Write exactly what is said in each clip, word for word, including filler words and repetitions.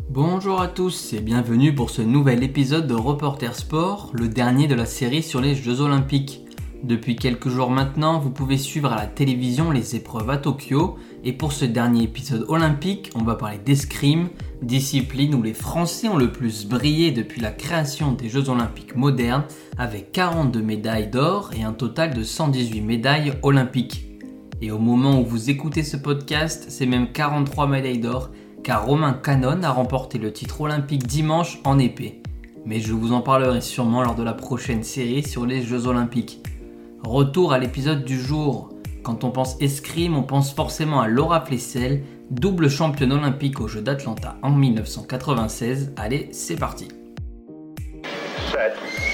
Bonjour à tous et bienvenue pour ce nouvel épisode de Reporter Sport, le dernier de la série sur les Jeux Olympiques. Depuis quelques jours maintenant, vous pouvez suivre à la télévision les épreuves à Tokyo et pour ce dernier épisode olympique, on va parler d'escrime, discipline où les Français ont le plus brillé depuis la création des Jeux Olympiques modernes avec quarante-deux médailles d'or et un total de cent dix-huit médailles olympiques. Et au moment où vous écoutez ce podcast, c'est même quarante-trois médailles d'or car Romain Canon a remporté le titre olympique dimanche en épée. Mais je vous en parlerai sûrement lors de la prochaine série sur les Jeux Olympiques. Retour à l'épisode du jour. Quand on pense escrime, on pense forcément à Laura Flessel, double championne olympique aux Jeux d'Atlanta en dix-neuf cent quatre-vingt-seize. Allez, c'est parti. sept.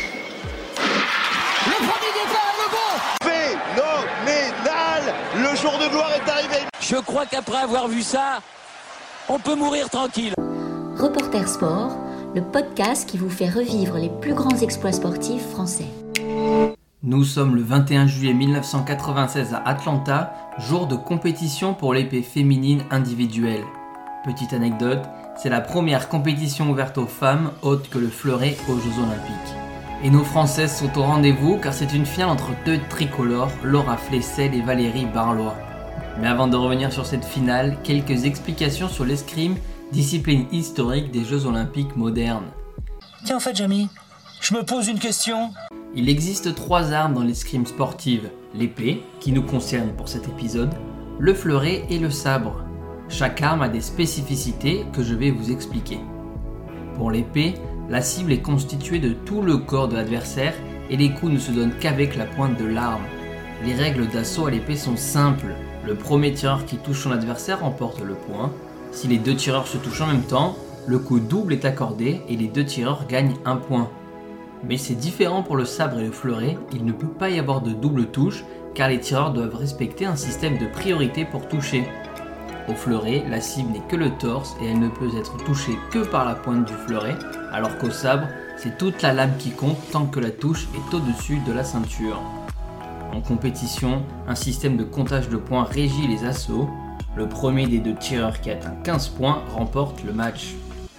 Le premier départ, le bon. Phénoménal. Le jour de gloire est arrivé. Je crois qu'après avoir vu ça, on peut mourir tranquille. Reporter Sport, le podcast qui vous fait revivre les plus grands exploits sportifs français. Nous sommes le vingt et un juillet mille neuf cent quatre-vingt-seize à Atlanta, jour de compétition pour l'épée féminine individuelle. Petite anecdote, c'est la première compétition ouverte aux femmes autre que le fleuret aux Jeux Olympiques. Et nos Françaises sont au rendez-vous car c'est une finale entre deux tricolores, Laura Flessel et Valérie Barlois. Mais avant de revenir sur cette finale, quelques explications sur l'escrime, discipline historique des Jeux Olympiques modernes. Tiens, en fait, Jamy, je me pose une question. Il existe trois armes dans l'escrime sportive, l'épée, qui nous concerne pour cet épisode, le fleuret et le sabre. Chaque arme a des spécificités que je vais vous expliquer. Pour l'épée, la cible est constituée de tout le corps de l'adversaire et les coups ne se donnent qu'avec la pointe de l'arme. Les règles d'assaut à l'épée sont simples. Le premier tireur qui touche son adversaire remporte le point. Si les deux tireurs se touchent en même temps, le coup double est accordé et les deux tireurs gagnent un point. Mais c'est différent pour le sabre et le fleuret, il ne peut pas y avoir de double touche car les tireurs doivent respecter un système de priorité pour toucher. Au fleuret, la cible n'est que le torse et elle ne peut être touchée que par la pointe du fleuret, alors qu'au sabre, c'est toute la lame qui compte tant que la touche est au-dessus de la ceinture. En compétition, un système de comptage de points régit les assauts. Le premier des deux tireurs qui atteint quinze points remporte le match.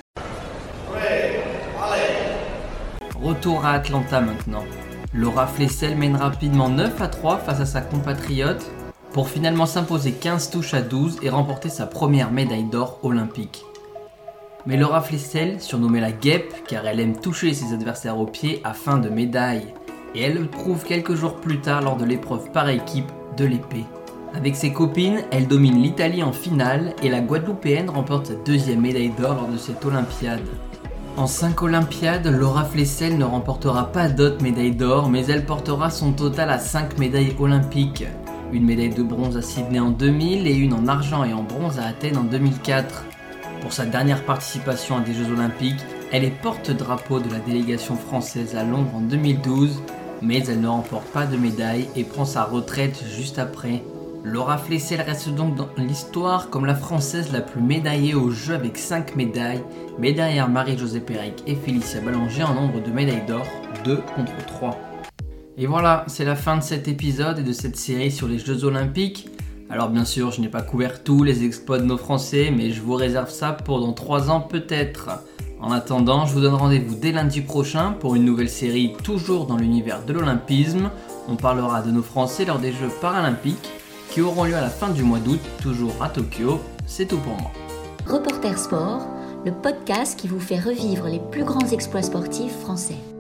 Retour à Atlanta maintenant. Laura Flessel mène rapidement neuf à trois face à sa compatriote pour finalement s'imposer quinze touches à douze et remporter sa première médaille d'or olympique. Mais Laura Flessel, surnommée la guêpe car elle aime toucher ses adversaires aux pieds à fin de médaille. Et elle le prouve quelques jours plus tard lors de l'épreuve par équipe de l'épée. Avec ses copines, elle domine l'Italie en finale et la Guadeloupéenne remporte sa deuxième médaille d'or lors de cette Olympiade. En cinq Olympiades, Laura Flessel ne remportera pas d'autres médailles d'or, mais elle portera son total à cinq médailles olympiques. Une médaille de bronze à Sydney en deux mille et une en argent et en bronze à Athènes en deux mille quatre. Pour sa dernière participation à des Jeux Olympiques, elle est porte-drapeau de la délégation française à Londres en deux mille douze, mais elle ne remporte pas de médaille et prend sa retraite juste après. Laura Flessel reste donc dans l'histoire comme la Française la plus médaillée aux Jeux avec cinq médailles, mais derrière Marie-Josée Pérec et Félicia Ballanger en nombre de médailles d'or, deux contre trois. Et voilà, c'est la fin de cet épisode et de cette série sur les Jeux Olympiques. Alors bien sûr, je n'ai pas couvert tous les exploits de nos Français, mais je vous réserve ça pour dans trois ans peut-être. En attendant, je vous donne rendez-vous dès lundi prochain pour une nouvelle série toujours dans l'univers de l'olympisme. On parlera de nos Français lors des Jeux paralympiques qui auront lieu à la fin du mois d'août, toujours à Tokyo. C'est tout pour moi. Reporter Sport, le podcast qui vous fait revivre les plus grands exploits sportifs français.